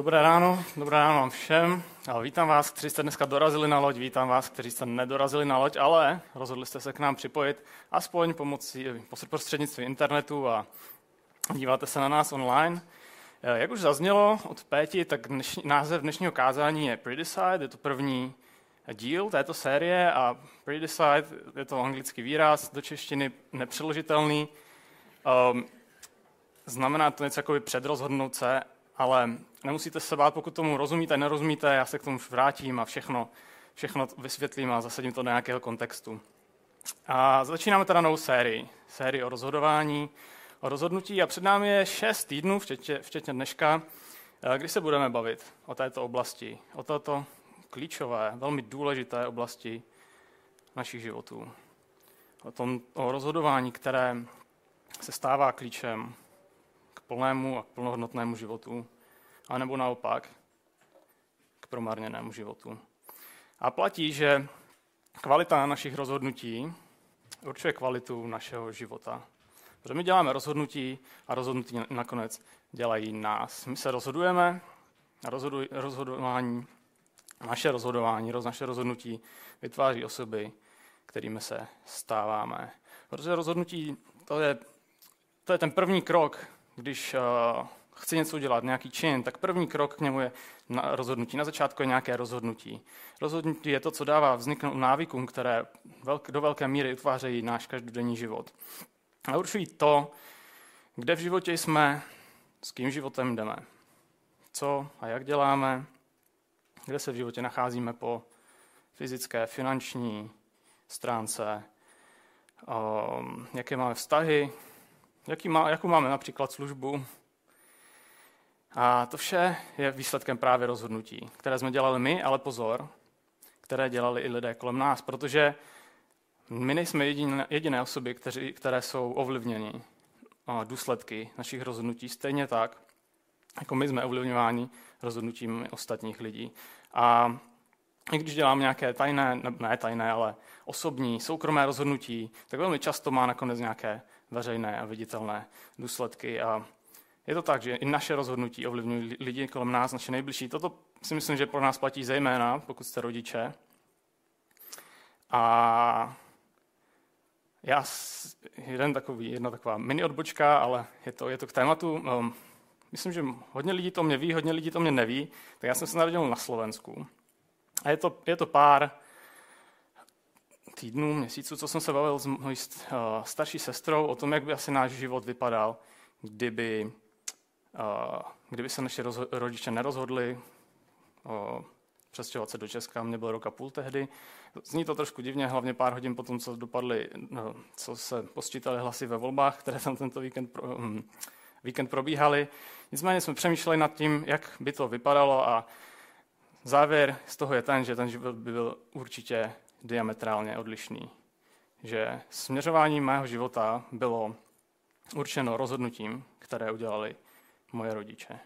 Dobré ráno vám všem. Vítám vás, kteří jste dneska dorazili na loď, vítám vás, kteří jste nedorazili na loď, ale rozhodli jste se k nám připojit aspoň prostřednictvím internetu a díváte se na nás online. Jak už zaznělo od Péti, tak název dnešního kázání je Predecide, je to první díl této série a Predecide je to anglický výraz, do češtiny nepřeložitelný. Znamená to něco jako předrozhodnout se, ale nemusíte se bát, pokud tomu rozumíte, nerozumíte, já se k tomu vrátím a všechno vysvětlím a zasadím to do nějakého kontextu. A začínáme teda novou sérii o rozhodování, o rozhodnutí a před námi je 6 týdnů, včetně dneška, kdy se budeme bavit o této oblasti, o této klíčové, velmi důležité oblasti našich životů. O rozhodování, které se stává klíčem k plnému a plnohodnotnému životu, anebo naopak k promarněnému životu. A platí, že kvalita našich rozhodnutí určuje kvalitu našeho života. Protože my děláme rozhodnutí a rozhodnutí nakonec dělají nás. My se rozhodujeme a naše rozhodnutí vytváří osoby, kterými se stáváme. Protože rozhodnutí to je ten první krok, když chci něco udělat, nějaký čin, tak první krok k němu je rozhodnutí. Na začátku je nějaké rozhodnutí. Rozhodnutí je to, co dává vzniknout návykům, které do velké míry utvářejí náš každodenní život. A určují to, kde v životě jsme, s kým životem jdeme, co a jak děláme, kde se v životě nacházíme po fyzické, finanční stránce, jaké máme vztahy, jakou máme například službu. A to vše je výsledkem právě rozhodnutí, které jsme dělali my, ale pozor, které dělali i lidé kolem nás, protože my nejsme jediné osoby, které jsou ovlivněny důsledky našich rozhodnutí, stejně tak, jako my jsme ovlivňováni rozhodnutími ostatních lidí. A i když dělám nějaké tajné, ale osobní, soukromé rozhodnutí, tak velmi často má nakonec nějaké veřejné a viditelné důsledky. A je to tak, že i naše rozhodnutí ovlivňují lidi kolem nás, naše nejbližší. Toto si myslím, že pro nás platí zejména, pokud jste rodiče. A jedna taková mini odbočka, ale je to k tématu. Myslím, že hodně lidí to mě ví, hodně lidí to mě neví, tak já jsem se narodil na Slovensku. A je to pár týdnů, měsíců, co jsem se bavil s mojí starší sestrou o tom, jak by asi náš život vypadal, kdyby se naši rodiče nerozhodli přestěhovat se do Česka. Mně byl 1,5 roku tehdy. Zní to trošku divně, hlavně pár hodin potom, co se posčítaly hlasy ve volbách, které tam tento víkend probíhaly. Nicméně jsme přemýšleli nad tím, jak by to vypadalo a závěr z toho je ten, že ten život by byl určitě diametrálně odlišný. Že směřování mého života bylo určeno rozhodnutím, které udělali moje rodiče.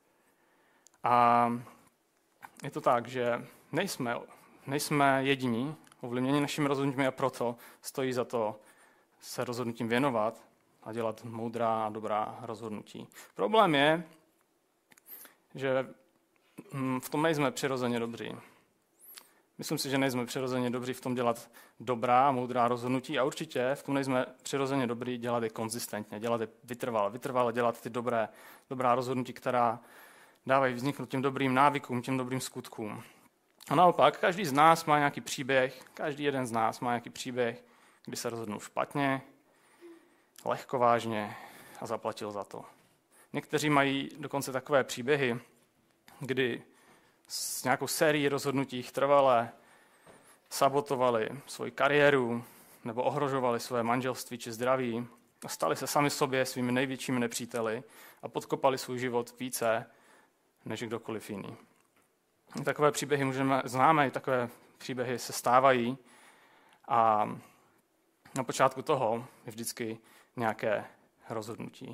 A je to tak, že nejsme jediní ovlivněni našimi rozhodnutími a proto stojí za to se rozhodnutím věnovat a dělat moudrá a dobrá rozhodnutí. Problém je, že v tom nejsme přirozeně dobří. Myslím si, že nejsme přirozeně dobří v tom dělat dobrá a moudrá rozhodnutí a určitě v tom nejsme přirozeně dobrý dělat je konzistentně, dělat je vytrvale dělat ty dobrá rozhodnutí, která dávají vzniknout těm dobrým návykům, těm dobrým skutkům. A naopak, každý z nás má nějaký příběh, každý jeden z nás má nějaký příběh, kdy se rozhodnul špatně, lehkovážně a zaplatil za to. Někteří mají dokonce takové příběhy, kdy s nějakou sérií rozhodnutí trvale sabotovali svoji kariéru nebo ohrožovali své manželství či zdraví a stali se sami sobě svými největšími nepříteli a podkopali svůj život více než kdokoliv jiný. Takové příběhy známe, i takové příběhy se stávají a na počátku toho je vždycky nějaké rozhodnutí.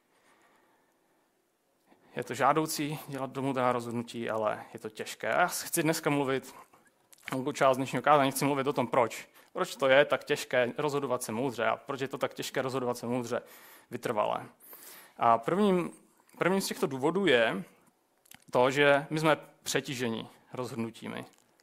Je to žádoucí dělat moudrá rozhodnutí, ale je to těžké. Já chci dneska mluvit, část dnešního kázání, chci mluvit o tom, proč. Proč to je tak těžké rozhodovat se moudře a proč je to tak těžké rozhodovat se moudře vytrvalé. A prvním z těchto důvodů je, to, že my jsme přetíženi rozhodnutími.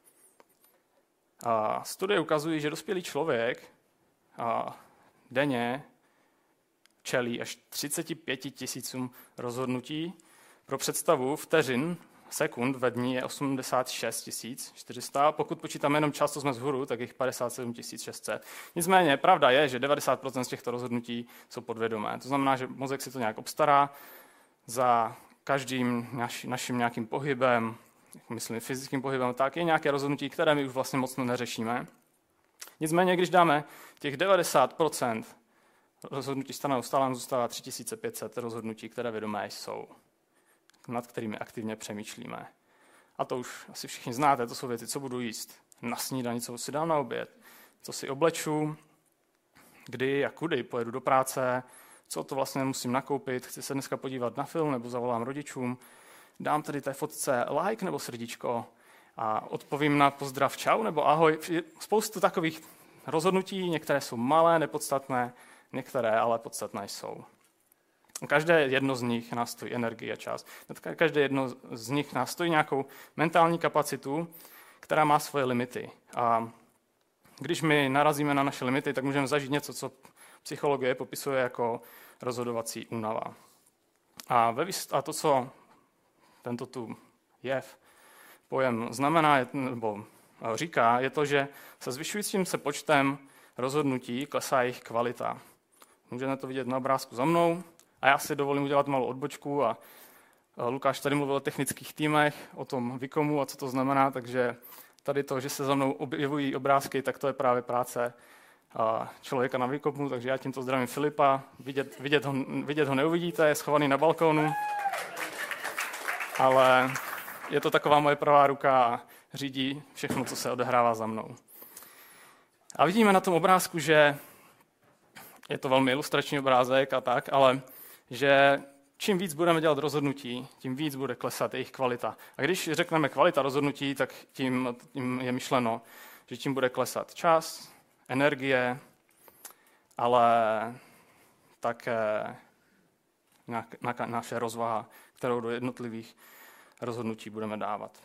A studie ukazují, že dospělý člověk denně čelí až 35 000 rozhodnutí. Pro představu vteřin, sekund ve dní je 86 400. Pokud počítáme jenom čas, co jsme vzhůru, tak jich 57 600. Nicméně pravda je, že 90% z těchto rozhodnutí jsou podvědomé. To znamená, že mozek si to nějak obstará za každým naším nějakým pohybem, myslím fyzickým pohybem, tak je nějaké rozhodnutí, které my už vlastně moc neřešíme. Nicméně, když dáme těch 90% rozhodnutí stranou, stále nám zůstává 3500 rozhodnutí, které vědomé jsou, nad kterými aktivně přemýšlíme. A to už asi všichni znáte, to jsou věci, co budu jíst na snídani, co si dám na oběd, co si obleču, kdy a kudy pojedu do práce, co to vlastně musím nakoupit, chci se dneska podívat na film nebo zavolám rodičům, dám tady té fotce like nebo srdíčko a odpovím na pozdrav čau nebo ahoj. Spoustu takových rozhodnutí, některé jsou malé, nepodstatné, některé ale podstatné jsou. Každé jedno z nich nás stojí energii a čas. Každé jedno z nich nás stojí nějakou mentální kapacitu, která má svoje limity. A když my narazíme na naše limity, tak můžeme zažít něco, co psychologie popisuje jako rozhodovací únava. A to, co tento tu jev, pojem znamená, nebo říká, je to, že se zvyšujícím se počtem rozhodnutí klesá jejich kvalita. Můžete to vidět na obrázku za mnou a já si dovolím udělat malou odbočku a Lukáš tady mluvil o technických týmech, o tom Vikomu a co to znamená, takže tady to, že se za mnou objevují obrázky, tak to je právě práce člověka na Vikomu, takže já tímto zdravím Filipa, vidět ho neuvidíte, je schovaný na balkónu, ale je to taková moje pravá ruka a řídí všechno, co se odehrává za mnou. A vidíme na tom obrázku, že je to velmi ilustrační obrázek a tak, ale že čím víc budeme dělat rozhodnutí, tím víc bude klesat jejich kvalita. A když řekneme kvalita rozhodnutí, tak tím je myšleno, že tím bude klesat čas, energie, ale také naše rozvaha, kterou do jednotlivých rozhodnutí budeme dávat.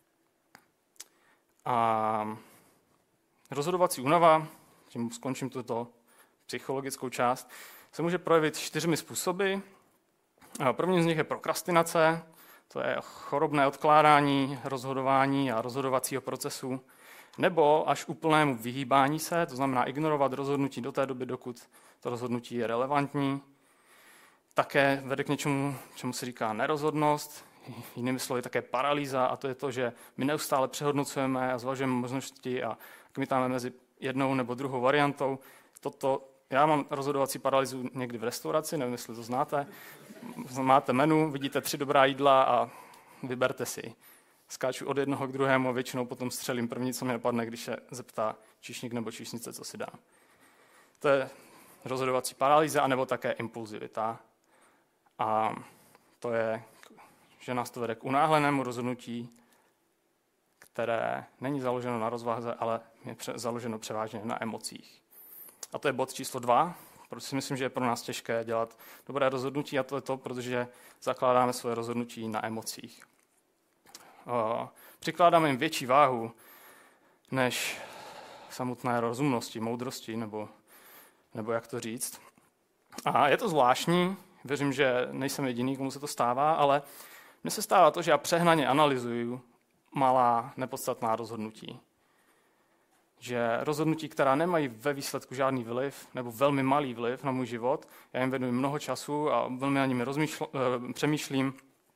A rozhodovací únava, tím skončím tuto psychologickou část, se může projevit 4 způsoby. První z nich je prokrastinace, to je chorobné odkládání rozhodování a rozhodovacího procesu, nebo až úplnému vyhýbání se, to znamená ignorovat rozhodnutí do té doby, dokud to rozhodnutí je relevantní. Také vede k něčemu, čemu se říká nerozhodnost, jinými slovy také paralýza, a to je to, že my neustále přehodnocujeme a zvažujeme možnosti a kmitáme mezi jednou nebo druhou variantou. Já mám rozhodovací paralýzu někdy v restauraci, nevím, jestli to znáte. Máte menu, vidíte 3 dobrá jídla a vyberte si. Skáču od jednoho k druhému a většinou potom střelím první, co mi napadne, když se zeptá číšník nebo číšnice, co si dá. To je rozhodovací paralýza, anebo také impulzivita. A to je, že nás to vede k unáhlenému rozhodnutí, které není založeno na rozvaze, ale je založeno převážně na emocích. A to je bod číslo 2, protože si myslím, že je pro nás těžké dělat dobré rozhodnutí, a to je to, protože zakládáme svoje rozhodnutí na emocích. Přikládáme jim větší váhu než samotné rozumnosti, moudrosti, nebo jak to říct. A je to zvláštní, věřím, že nejsem jediný, komu se to stává, ale mně se stává to, že já přehnaně analyzuju malá nepodstatná rozhodnutí. Že rozhodnutí, která nemají ve výsledku žádný vliv, nebo velmi malý vliv na můj život, já jim věnuji mnoho času a velmi na nimi přemýšlím.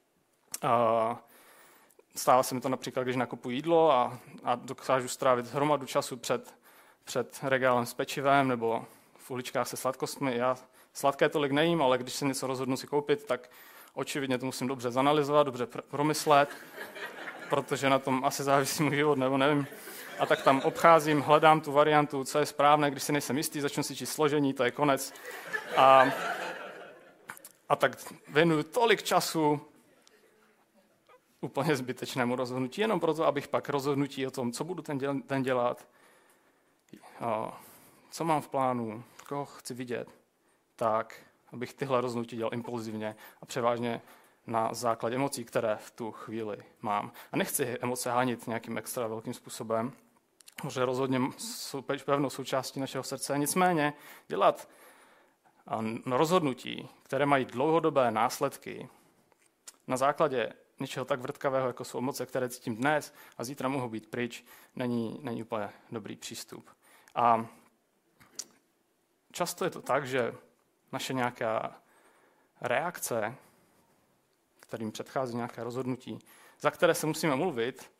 Stává se mi to například, když nakupuji jídlo a dokážu strávit hromadu času před regálem s pečivem nebo v uličkách se sladkostmi. Já sladké tolik nejím, ale když se něco rozhodnu si koupit, tak očividně to musím dobře zanalyzovat, dobře promyslet, protože na tom asi závisí můj život, nebo nevím. A tak tam obcházím, hledám tu variantu, co je správné, když si nejsem jistý, začnu si číst složení, to je konec. A tak věnuju tolik času úplně zbytečnému rozhodnutí, jenom proto, abych pak rozhodnutí o tom, co budu ten dělat, co mám v plánu, koho chci vidět, tak abych tyhle rozhodnutí dělal impulzivně a převážně na základě emocí, které v tu chvíli mám. A nechci emoce hánit nějakým extra velkým způsobem, že rozhodně jsou pevnou součástí našeho srdce. Nicméně dělat rozhodnutí, které mají dlouhodobé následky na základě něčeho tak vrtkavého, jako jsou emoce, které cítím dnes a zítra mohou být pryč, není úplně dobrý přístup. A často je to tak, že naše nějaká reakce, kterým předchází nějaké rozhodnutí, za které se musíme mluvit,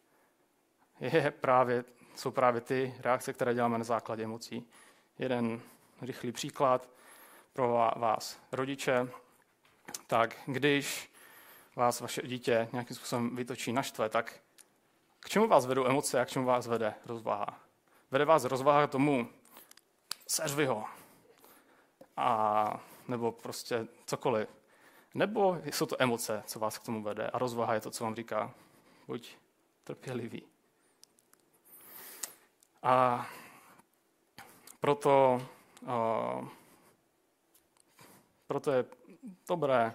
jsou právě ty reakce, které děláme na základě emocí. Jeden rychlý příklad pro vás, rodiče. Tak když vás vaše dítě nějakým způsobem vytočí, naštve, tak k čemu vás vedou emoce a k čemu vás vede rozvaha? Vede vás rozvaha k tomu, seřvi ho. A nebo prostě cokoliv. Nebo jsou to emoce, co vás k tomu vede a rozvaha je to, co vám říká, buď trpělivý. A proto je dobré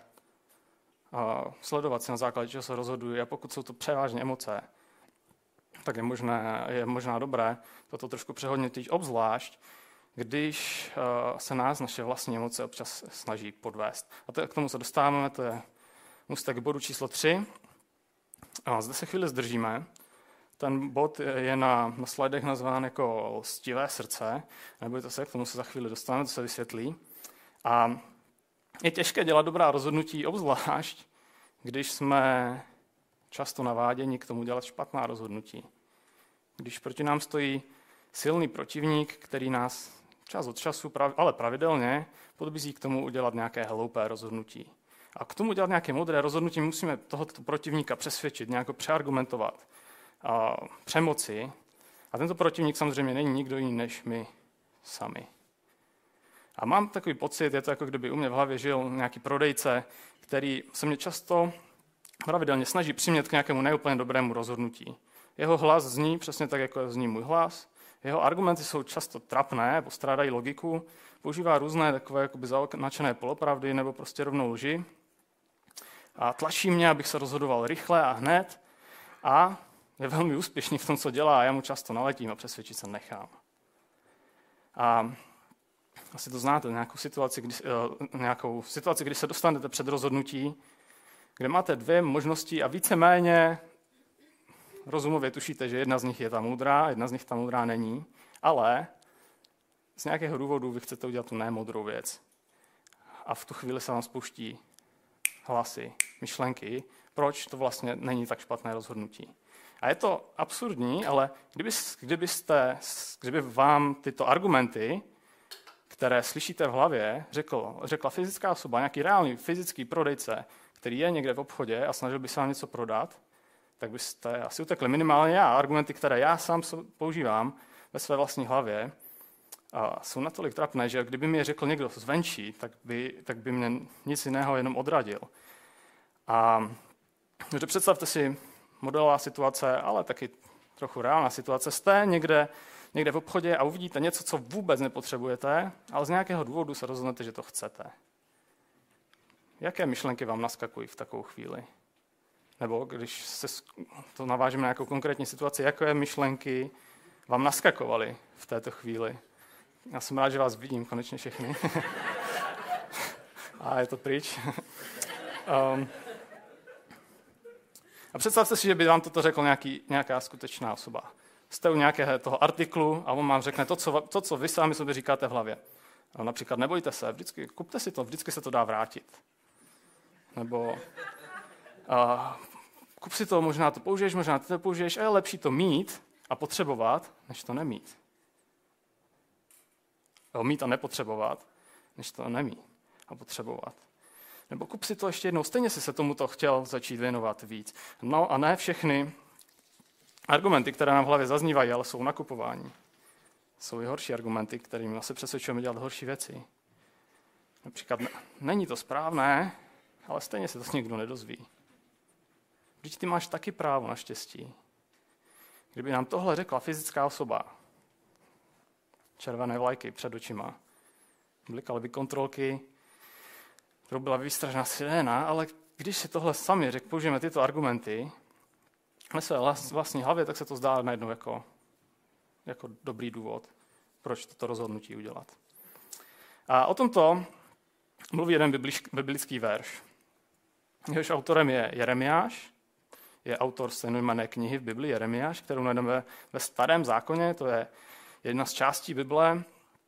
sledovat si na základě, čeho se rozhoduji, a pokud jsou to převážně emoce, tak je možná dobré toto trošku přehodnotit, obzvlášť, když se nás naše vlastní emoce občas snaží podvést. A k tomu se dostáváme, to je můstek k bodu číslo 3. A zde se chvíli zdržíme. Ten bod je na slidech nazván jako lstivé srdce. Nebojte se, k tomu se za chvíli dostaneme, to se vysvětlí. A je těžké dělat dobrá rozhodnutí, obzvlášť, když jsme často naváděni k tomu dělat špatná rozhodnutí. Když proti nám stojí silný protivník, který nás čas od času, ale pravidelně, podbízí k tomu udělat nějaké hloupé rozhodnutí. A k tomu udělat nějaké moudré rozhodnutí musíme tohoto protivníka přesvědčit, nějak přeargumentovat, přemoci. A tento protivník samozřejmě není nikdo jiný než my sami. A mám takový pocit, je to jako kdyby u mě v hlavě žil nějaký prodejce, který se mě často pravidelně snaží přimět k nějakému neúplně dobrému rozhodnutí. Jeho hlas zní přesně tak, jako zní můj hlas. Jeho argumenty jsou často trapné, postrádají logiku, používá různé takové jakoby zaoznačené polopravdy nebo prostě rovnou lži. A tlačí mě, abych se rozhodoval rychle a hned. A je velmi úspěšný v tom, co dělá, a já mu často naletím a přesvědčit se nechám. A asi to znáte, nějakou situaci, kdy se dostanete před rozhodnutí, kde máte dvě možnosti a víceméně rozumově tušíte, že jedna z nich je ta moudrá, jedna z nich ta moudrá není, ale z nějakého důvodu vy chcete udělat tu nemoudrou věc. A v tu chvíli se vám spouští hlasy, myšlenky, proč to vlastně není tak špatné rozhodnutí. A je to absurdní, ale kdyby vám tyto argumenty, které slyšíte v hlavě, řekla fyzická osoba, nějaký reálný fyzický prodejce, který je někde v obchodě a snažil by se vám něco prodat, tak byste asi utekli. Minimálně já. Argumenty, které já sám používám ve své vlastní hlavě, jsou natolik trapné, že kdyby mi je řekl někdo zvenčí, tak by mě nic jiného jenom odradil. A představte si modelová situace, ale taky trochu reálná situace. Jste někde v obchodě a uvidíte něco, co vůbec nepotřebujete, ale z nějakého důvodu se rozhodnete, že to chcete. Jaké myšlenky vám naskakují v takovou chvíli? Nebo když se to navážeme na nějakou konkrétní situaci, jaké myšlenky vám naskakovaly v této chvíli? Já jsem rád, že vás vidím konečně všechny. A je to pryč. A představte si, že by vám toto řekl nějaká skutečná osoba. Jste u nějakého toho artiklu a on vám řekne to, co vy sami sobě říkáte v hlavě. Například nebojte se, kupte si to, vždycky se to dá vrátit. Nebo kup si to, možná to použiješ, možná ty to použiješ, a je lepší to mít a potřebovat, než to nemít. Mít a nepotřebovat, než to nemít a potřebovat. Nebo kup si to ještě jednou, stejně si se tomuto chtěl začít věnovat víc. No a ne všechny argumenty, které nám v hlavě zaznívají, ale jsou nakupování. Jsou i horší argumenty, kterými se přesvědčujeme dělat horší věci. Například není to správné, ale stejně se to někdo nedozví. Vždyť ty máš taky právo na štěstí. Kdyby nám tohle řekla fyzická osoba, červené vlajky před očima, blikaly by kontrolky, to byla výstražná siréna, ale když si tohle sami použijeme tyto argumenty ve své vlastní hlavě, tak se to zdá najednou jako dobrý důvod, proč toto rozhodnutí udělat. A o tomto mluví jeden biblický verš. Jehož autorem je Jeremiáš, je autor stejnojmenné knihy v Biblii Jeremiáš, kterou najdeme ve Starém zákoně, to je jedna z částí Bible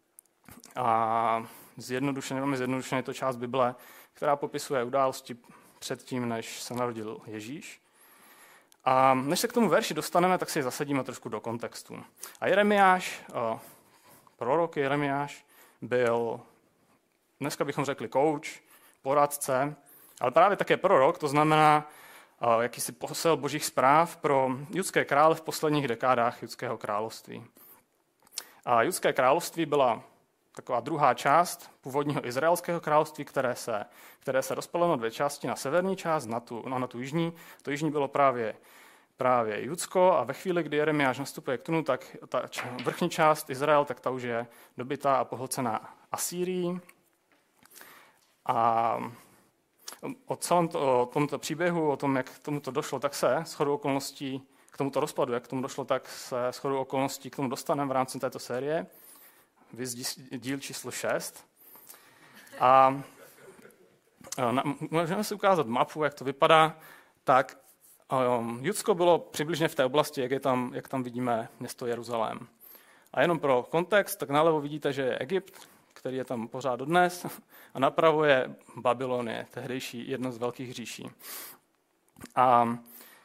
a zjednodušeně je to část Bible, která popisuje události předtím, než se narodil Ježíš. A než se k tomu verši dostaneme, tak si je zasadíme trošku do kontextu. A Jeremiáš, prorok Jeremiáš, byl, dneska bychom řekli coach, poradce, ale právě také prorok, to znamená jakýsi posel božích zpráv pro judské krále v posledních dekádách judského království. A judské království byla taková druhá část původního izraelského království, které se rozpadlo na dvě části, na severní část, na tu jižní. To jižní bylo právě Judsko a ve chvíli, kdy Jeremiáš nastupuje k trůnu, tak ta vrchní část Izrael, tak ta už je dobytá a pohlcená Asýrií. A o celém tomto příběhu, o tom, jak k tomuto došlo, tak se shodou okolností, k tomuto rozpadu, jak k tomu došlo, tak se shodou okolností k tomu dostaneme v rámci této série. Díl číslo 6. A můžeme si ukázat mapu, jak to vypadá. Tak Judsko bylo přibližně v té oblasti, jak tam vidíme město Jeruzalém. A jenom pro kontext, tak nalevo vidíte, že je Egypt, který je tam pořád dodnes, a napravo je Babylonie, tehdejší jedno z velkých říší. A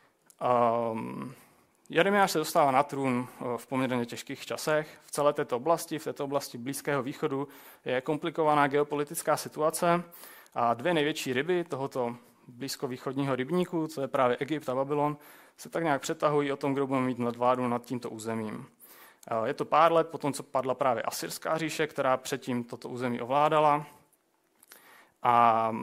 Jeremiáš se dostává na trůn v poměrně těžkých časech. V celé této oblasti Blízkého východu, je komplikovaná geopolitická situace a dvě největší ryby tohoto blízkovýchodního rybníku, co je právě Egypt a Babylon, se tak nějak přetahují o tom, kdo bude mít nadvládu nad tímto územím. Je to pár let potom, co padla právě Asyrská říše, která předtím toto území ovládala. A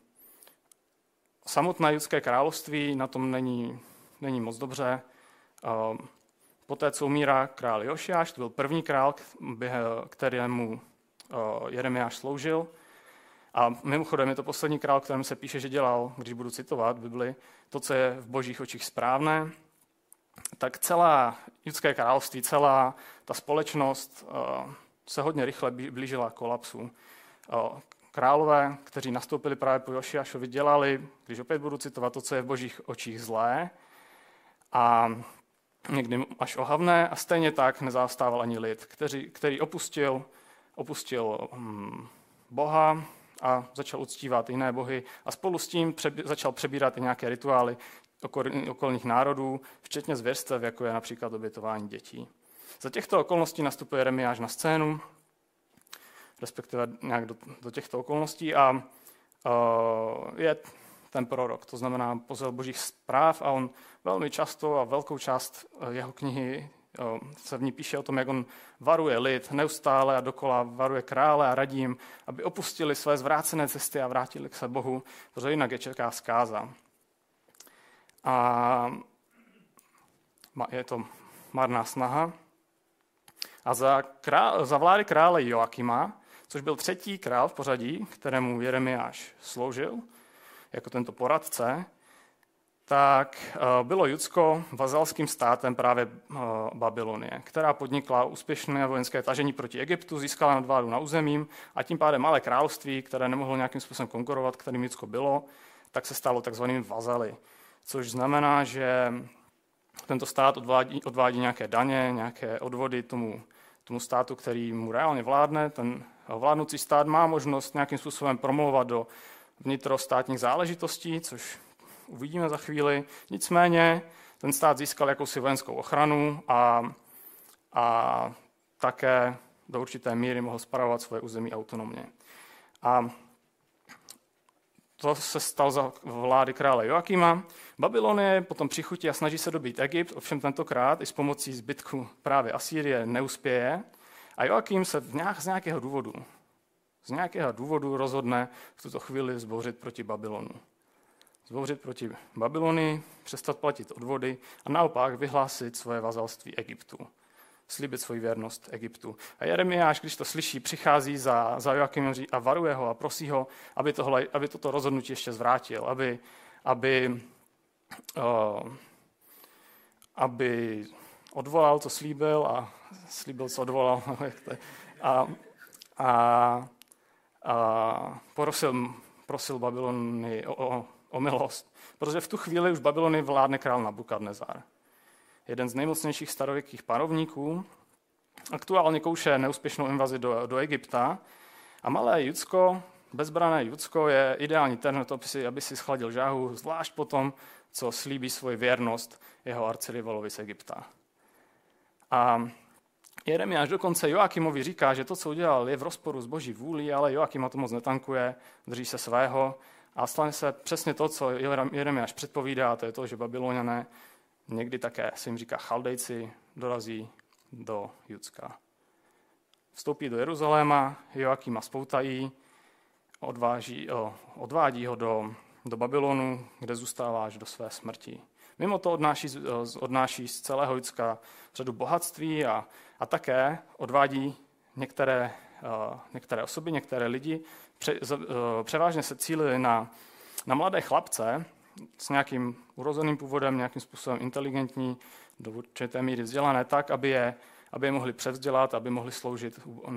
samotné judské království na tom není moc dobře. Poté, co umírá král Jošiáš, to byl první král, kterému Jeremiáš sloužil. A mimochodem je to poslední král, kterému se píše, že dělal, když budu citovat Bibli, to, co je v božích očích správné. Tak celá judské království, celá ta společnost se hodně rychle blížila kolapsu. Králové, kteří nastoupili právě po Jošiášovi, dělali, když opět budu citovat, to, co je v božích očích zlé a někdy až ohavné, a stejně tak nezastával ani lid, který opustil Boha a začal uctívat jiné bohy a spolu s tím začal přebírat i nějaké rituály okolních národů, včetně zvěrstev, jako je například obětování dětí. Za těchto okolností nastupuje Jeremiáš na scénu, respektive nějak do těchto okolností a je ten prorok, to znamená posel božích zpráv a on velmi často a velkou část jeho knihy se v ní píše o tom, jak on varuje lid neustále a dokola varuje krále a radí jim, aby opustili své zvrácené cesty a vrátili k se Bohu, protože jinak je čeká zkáza. A je to marná snaha. A za vlády krále Joakima, což byl třetí král v pořadí, kterému Jeremiáš sloužil, jako tento poradce, tak bylo Judsko vazalským státem právě Babylonie, která podnikla úspěšné vojenské tažení proti Egyptu, získala nadvládu na územím a tím pádem malé království, které nemohlo nějakým způsobem konkurovat, kterým Judsko bylo, tak se stalo takzvanými vazaly. Což znamená, že tento stát odvádí nějaké daně, nějaké odvody tomu státu, který mu reálně vládne. Ten vládnoucí stát má možnost nějakým způsobem promlouvat do vnitrostátních záležitostí, což uvidíme za chvíli. Nicméně ten stát získal jakousi vojenskou ochranu a také do určité míry mohl spravovat svoje území autonomně. A to se stalo za vlády krále Joakima. Babylonie potom přichutí a snaží se dobít Egypt, ovšem tentokrát i s pomocí zbytku právě Asýrie neuspěje. A Joakim se z nějakého důvodu rozhodne v tuto chvíli zbouřit proti Babylonu. Zbouřit proti Babylonii, přestat platit odvody a naopak vyhlásit svoje vazalství Egyptu. slíbit svoji věrnost Egyptu. A Jeremiáš, když to slyší, přichází za Joakimem a varuje ho a prosí ho, aby toto rozhodnutí ještě zvrátil, aby odvolal, co slíbil a slíbil, co odvolal. A prosil Babylony o milost, protože v tu chvíli už Babylony vládne král Nabukadnezar. Jeden z nejmocnějších starověkých panovníků, aktuálně kouše neúspěšnou invazi do Egypta a malé Judsko, bezbrané Judsko je ideální termín na to, aby si schladil žáhu, zvlášť potom, co slíbí svoji věrnost jeho arcirivalovi z Egypta. A Jeremiáš dokonce Joakimovi říká, že to, co udělal, je v rozporu s Boží vůlí, ale Joakima to moc netankuje, drží se svého a stane se přesně to, co Jeremiáš předpovídá, to je to, že Babyloniané, někdy také se jim říká Chaldejci, dorazí do Judska. Vstoupí do Jeruzaléma, Joakima spoutají, odvádí ho do Babylonu, kde zůstává až do své smrti. Mimo to odnáší z celého Judska řadu bohatství a také odvádí některé osoby, některé lidi. Převážně se cílili na mladé chlapce s nějakým urozeným původem, nějakým způsobem inteligentní, do určité míry vzdělané, tak, aby je mohli převzdělat, aby mohli sloužit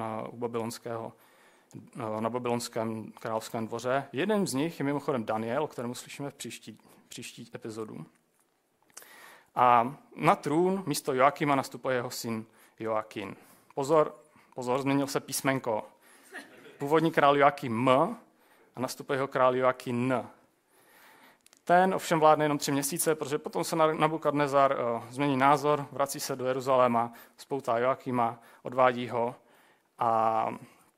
na babylonském královském dvoře. Jeden z nich je mimochodem Daniel, o kterém slyšíme v příští epizodu. A na trůn místo Joakima nastupuje jeho syn Joakin. Pozor, změnil se písmenko. Původní král Joakim M a nastupuje jeho král Joakin. Ten ovšem vládne jenom 3 měsíce, protože potom se Nabukadnezar změní názor, vrací se do Jeruzaléma, spoutá Joakima, odvádí ho a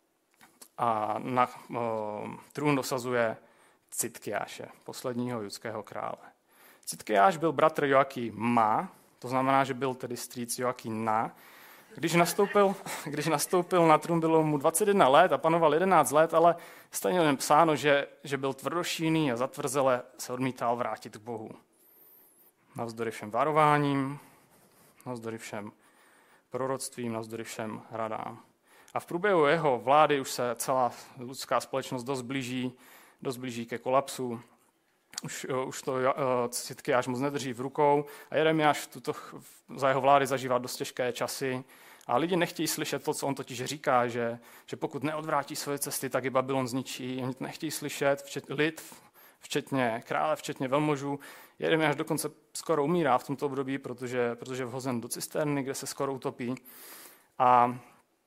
na trůn dosazuje Citkiáše, posledního judského krále. Citkiáš byl bratr Joakima, to znamená, že byl tedy strýc Joakina. Když nastoupil na trůn, bylo mu 21 let a panoval 11 let, ale stejně jen psáno, že byl tvrdošíjný a zatvrzele se odmítal vrátit k Bohu. Navzdory všem varováním, navzdory všem proroctvím, navzdory všem radám. A v průběhu jeho vlády už se celá lidská společnost dost blíží ke kolapsu. Už to Citkiáš moc nedrží v rukou a Jeremiáš za jeho vlády zažívá dost těžké časy. A lidi nechtějí slyšet to, co on totiž říká, že pokud neodvrátí svoje cesty, tak i Babylon zničí. Oni nechtějí slyšet lid, včetně krále, včetně velmožů. Jeremiáš dokonce skoro umírá v tomto období, protože je vhozen do cisterny, kde se skoro utopí. A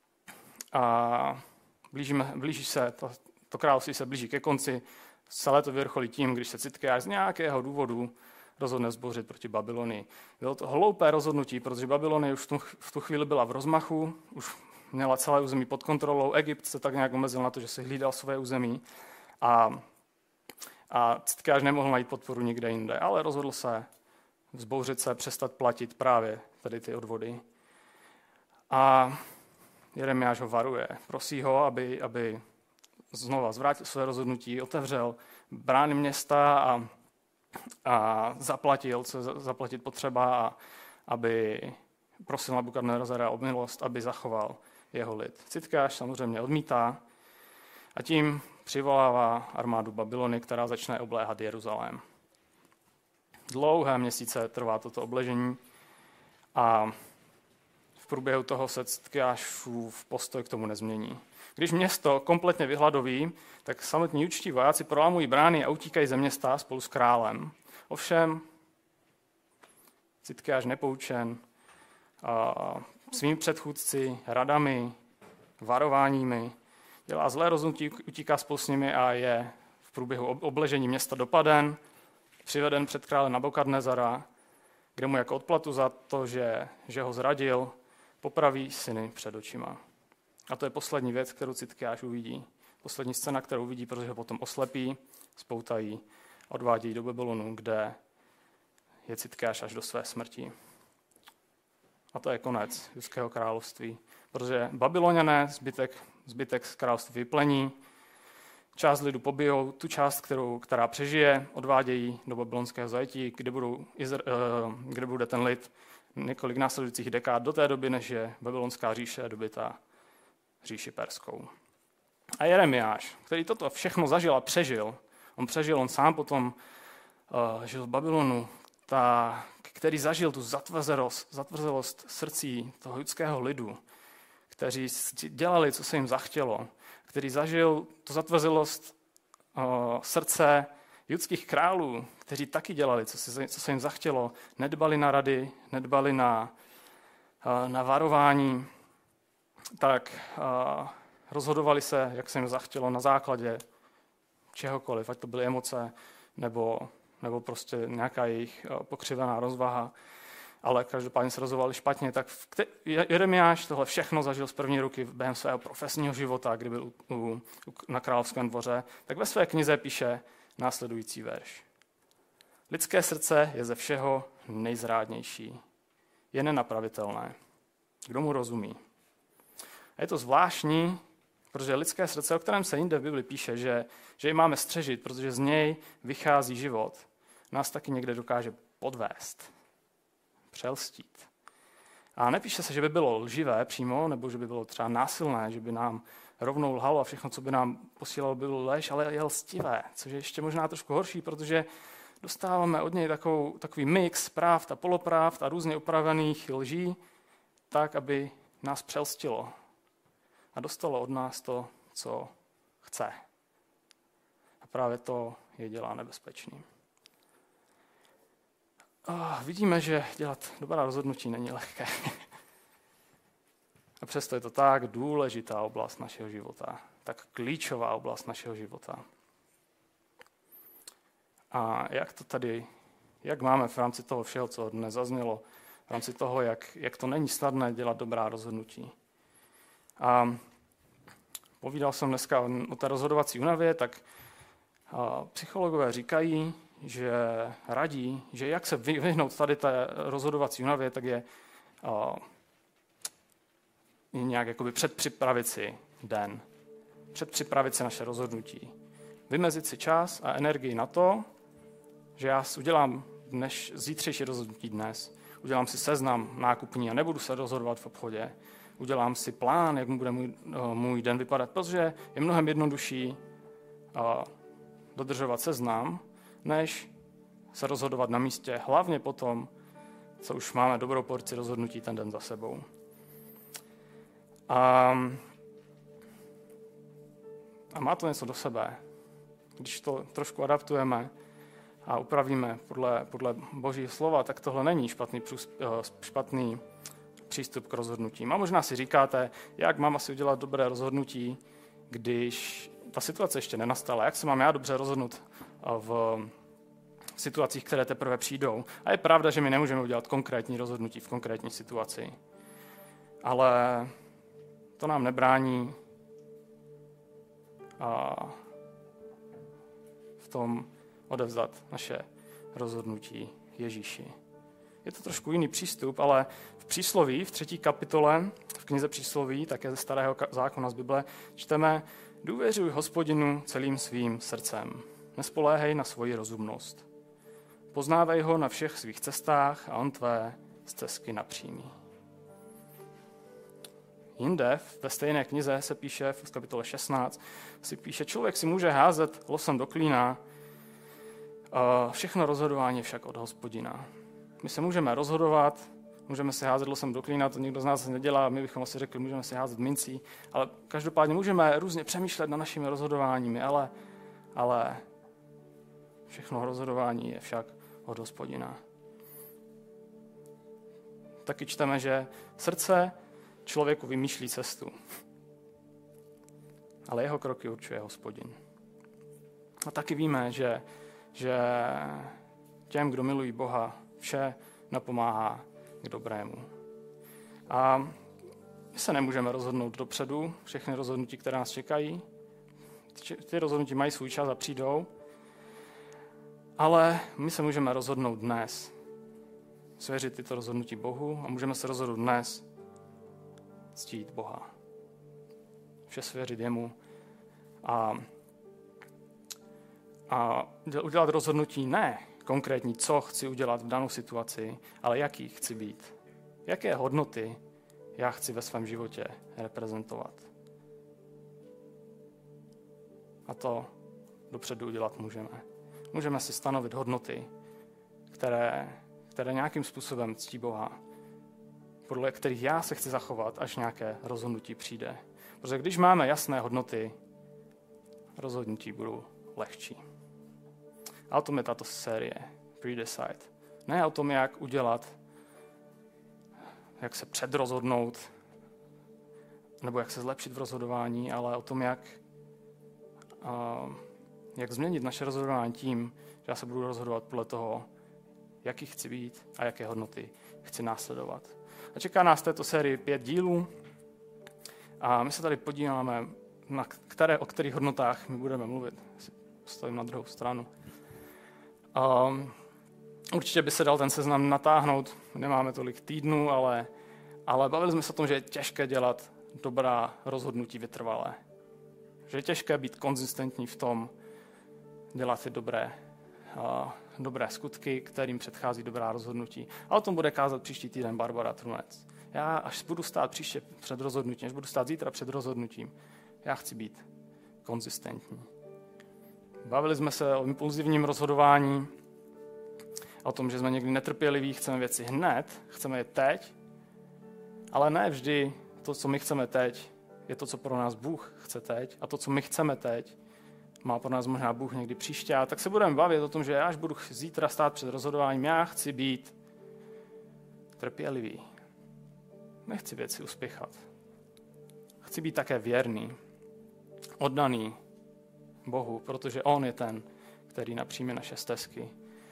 blíží se, to království se blíží ke konci. Celé to vyvrcholí tím, když se Citkiáš z nějakého důvodu rozhodne zbořit proti Babylonii. Bylo to hloupé rozhodnutí, protože Babylonie už v tu chvíli byla v rozmachu, už měla celé území pod kontrolou, Egypt se tak nějak omezil na to, že si hlídal své území a Citkiáš nemohl najít podporu nikde jinde, ale rozhodl se vzbouřit se, přestat platit právě tady ty odvody. A Jeremiáš ho varuje, prosí ho, aby znova zvrátil své rozhodnutí, otevřel brány města a zaplatil, co zaplatit potřeba, a aby prosil Nabukadnezara o milost, aby zachoval jeho lid. Citkiáš samozřejmě odmítá a tím přivolává armádu Babylony, která začne obléhat Jeruzalém. Dlouhé měsíce trvá toto obležení a v průběhu toho se Citkiášův postoj k tomu nezmění. Když město kompletně vyhladoví, tak samotní judští vojáci prolámují brány a utíkají ze města spolu s králem. Ovšem, Citkiáš nepoučen svými předchůdci, radami, varováními, dělá zlé rozhodnutí, utíká spolu s nimi a je v průběhu obležení města dopaden, přiveden před krále Nabukadnezara, kde mu jako odplatu za to, že ho zradil, popraví syny před očima. A to je poslední věc, kterou Citkiáš uvidí. Poslední scéna, kterou uvidí, protože ho potom oslepí, spoutají, odvádějí do Babylonu, kde je Citkiáš až do své smrti. A to je konec judského království, protože Babyloniané zbytek z království vyplení, část lidu pobijou, tu část, která přežije, odvádějí do babylonského zajetí, kde bude ten lid několik následujících dekád do té doby, než je babylonská říše dobyta říši perskou. A Jeremiáš, který toto všechno zažil a přežil, on sám potom žil v Babylonu, který zažil tu zatvrzelost srdcí toho judského lidu, kteří dělali, co se jim zachtělo, který zažil tu zatvrzelost srdce judských králů, kteří taky dělali, co se jim zachtělo, nedbali na rady, nedbali na varování, tak rozhodovali se, jak se jim zachtělo, na základě čehokoliv, ať to byly emoce, nebo prostě nějaká jejich pokřivená rozvaha, ale každopádně se rozhodovali špatně. Tak Jeremiáš tohle všechno zažil z první ruky během svého profesního života, kdy byl na královském dvoře, tak ve své knize píše následující verš. Lidské srdce je ze všeho nejzrádnější. Je nenapravitelné. Kdo mu rozumí? A je to zvláštní, protože lidské srdce, o kterém se jinde v Bibli píše, že ji máme střežit, protože z něj vychází život, nás taky někde dokáže podvést, přelstít. A nepíše se, že by bylo lživé přímo, nebo že by bylo třeba násilné, že by nám rovnou lhalo a všechno, co by nám posílalo, bylo lež, ale je lstivé, což je ještě možná trošku horší, protože dostáváme od něj takový mix pravd a polopravd a různě upravených lží, tak, aby nás přelstilo a dostalo od nás to, co chce. A právě to je dělá nebezpečným. Vidíme, že dělat dobrá rozhodnutí není lehké. A přesto je to tak důležitá oblast našeho života, tak klíčová oblast našeho života. A jak máme v rámci toho všeho, co dnes zaznělo, v rámci toho, jak to není snadné dělat dobrá rozhodnutí. A povídal jsem dneska o té rozhodovací únavě, tak psychologové říkají, že radí, že jak se vyhnout tady té rozhodovací únavě, tak je nějak jakoby předpřipravit si den, předpřipravit si naše rozhodnutí. Vymezit si čas a energii na to, že já udělám zítřejší rozhodnutí dnes, udělám si seznam nákupní a nebudu se rozhodovat v obchodě, udělám si plán, jak bude můj den vypadat, protože je mnohem jednodušší dodržovat seznam, než se rozhodovat na místě, hlavně potom, co už máme dobrou porci rozhodnutí ten den za sebou. A má to něco do sebe. Když to trošku adaptujeme a upravíme podle Božího slova, tak tohle není špatný přístup k rozhodnutím. A možná si říkáte, jak mám asi udělat dobré rozhodnutí, když ta situace ještě nenastala. Jak se mám já dobře rozhodnout v situacích, které teprve přijdou. A je pravda, že my nemůžeme udělat konkrétní rozhodnutí v konkrétní situaci. Ale to nám nebrání v tom odevzdat naše rozhodnutí Ježíši. Je to trošku jiný přístup, ale v přísloví, v 3. kapitole, v knize přísloví, také ze Starého zákona z Bible, čteme: důvěřuj Hospodinu celým svým srdcem. Nespoléhej na svoji rozumnost. Poznávej ho na všech svých cestách a on tvé stezky napřímí. Jinde, ve stejné knize se píše, v kapitole 16, si píše, člověk si může házet losem do klína, všechno rozhodování je však od Hospodina. My se můžeme rozhodovat, můžeme si házet losem do klína, to nikdo z nás nedělá, my bychom asi řekli, můžeme si házet mincí, ale každopádně můžeme různě přemýšlet nad našimi rozhodováními, ale všechno rozhodování je však od Hospodina. Taky čteme, že srdce člověku vymýšlí cestu, ale jeho kroky určuje Hospodin. A taky víme, že těm, kdo milují Boha, vše napomáhá k dobrému. A my se nemůžeme rozhodnout dopředu, všechny rozhodnutí, které nás čekají. Ty rozhodnutí mají svůj čas a přijdou, ale my se můžeme rozhodnout dnes. Svěřit tyto rozhodnutí Bohu a můžeme se rozhodnout dnes ctít Boha. Vše svěřit jemu a udělat rozhodnutí ne konkrétní, co chci udělat v danou situaci, ale jaký chci být jaké hodnoty já chci ve svém životě reprezentovat. A to dopředu udělat můžeme. Můžeme si stanovit hodnoty, které nějakým způsobem ctí Boha, podle kterých já se chci zachovat, až nějaké rozhodnutí přijde. Protože když máme jasné hodnoty, rozhodnutí budou lehčí. A o tom je tato série Predecide. Ne o tom, jak udělat, jak se předrozhodnout, nebo jak se zlepšit v rozhodování, ale o tom, jak změnit naše rozhodování tím, že já se budu rozhodovat podle toho, jaký chci být a jaké hodnoty chci následovat. A čeká nás v této sérii 5 dílů a my se tady podíváme, o kterých hodnotách my budeme mluvit. Stojím na druhou stranu. Určitě by se dal ten seznam natáhnout, nemáme tolik týdnů, ale bavili jsme se o tom, že je těžké dělat dobrá rozhodnutí vytrvalé. Že je těžké být konzistentní v tom, dělat ty dobré skutky, kterým předchází dobrá rozhodnutí. A o tom bude kázat příští týden Barbara Trunec. Já až budu stát příště před rozhodnutím, až budu stát zítra před rozhodnutím, já chci být konzistentní. Bavili jsme se o impulzivním rozhodování, o tom, že jsme někdy netrpěliví, chceme věci hned, chceme je teď, ale ne vždy to, co my chceme teď, je to, co pro nás Bůh chce teď, a to, co my chceme teď, má pro nás možná Bůh někdy příště. A tak se budeme bavit o tom, že až budu zítra stát před rozhodováním, já chci být trpělivý. Nechci věci uspěchat. Chci být také věrný, oddaný Bohu, protože On je ten, který napříme naše stezky.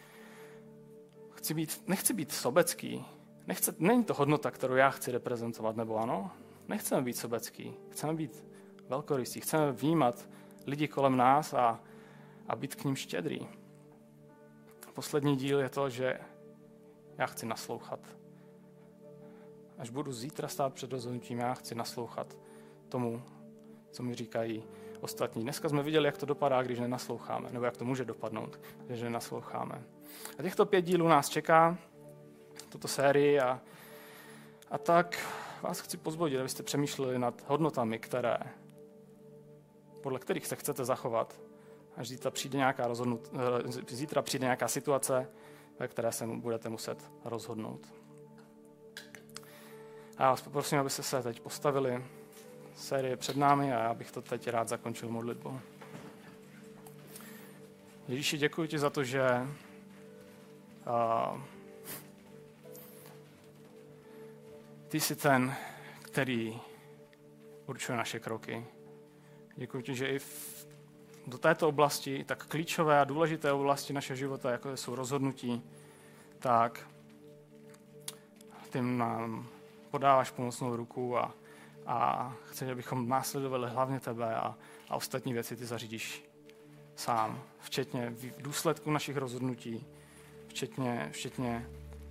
Nechci být sobecký. Není to hodnota, kterou já chci reprezentovat, nebo ano? Nechceme být sobecký. Chceme být velkorysí. Chceme vnímat lidi kolem nás a být k ním štědrý. Poslední díl je to, že já chci naslouchat. Až budu zítra stát před rozhodnutím, já chci naslouchat tomu, co mi říkají ostatní. Dneska jsme viděli, jak to dopadá, když nenasloucháme, nebo jak to může dopadnout, když nenasloucháme. A těchto 5 dílů nás čeká, tuto sérii, a tak vás chci pozbudit, abyste přemýšleli nad hodnotami, podle kterých se chcete zachovat, až zítra přijde nějaká situace, ve které se budete muset rozhodnout. A já vás poprosím, abyste se teď postavili. Série před námi a já bych to teď rád zakončil modlitbou. Ježíši, děkuji ti za to, že ty jsi ten, který určuje naše kroky. Děkuji ti, že i do této oblasti, tak klíčové a důležité oblasti našeho života, jako jsou rozhodnutí, tak ty nám podáváš pomocnou ruku a chceš, abychom následovali hlavně tebe a ostatní věci ty zařídíš sám, včetně důsledků našich rozhodnutí, včetně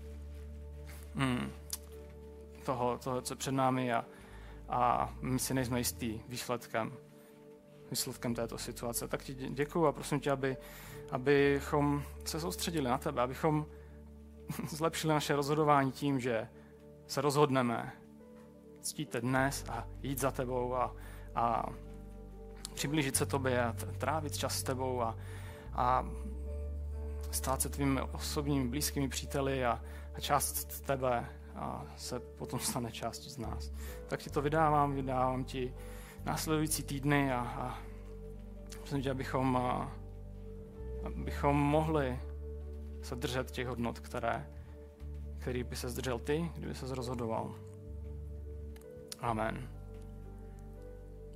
toho, co je před námi a my si nejsme jistý výsledkem této situace. Tak ti děkuju a prosím tě, abychom se soustředili na tebe, abychom zlepšili naše rozhodování tím, že se rozhodneme ctít dnes a jít za tebou a přiblížit se tobě a trávit čas s tebou a stát se tvými osobními blízkými příteli a část tebe a se potom stane částí z nás. Tak ti to vydávám ti následující týdny a myslím, že abychom mohli se držet těch hodnot, který by se zdržel ty, kdyby se rozhodoval. Amen.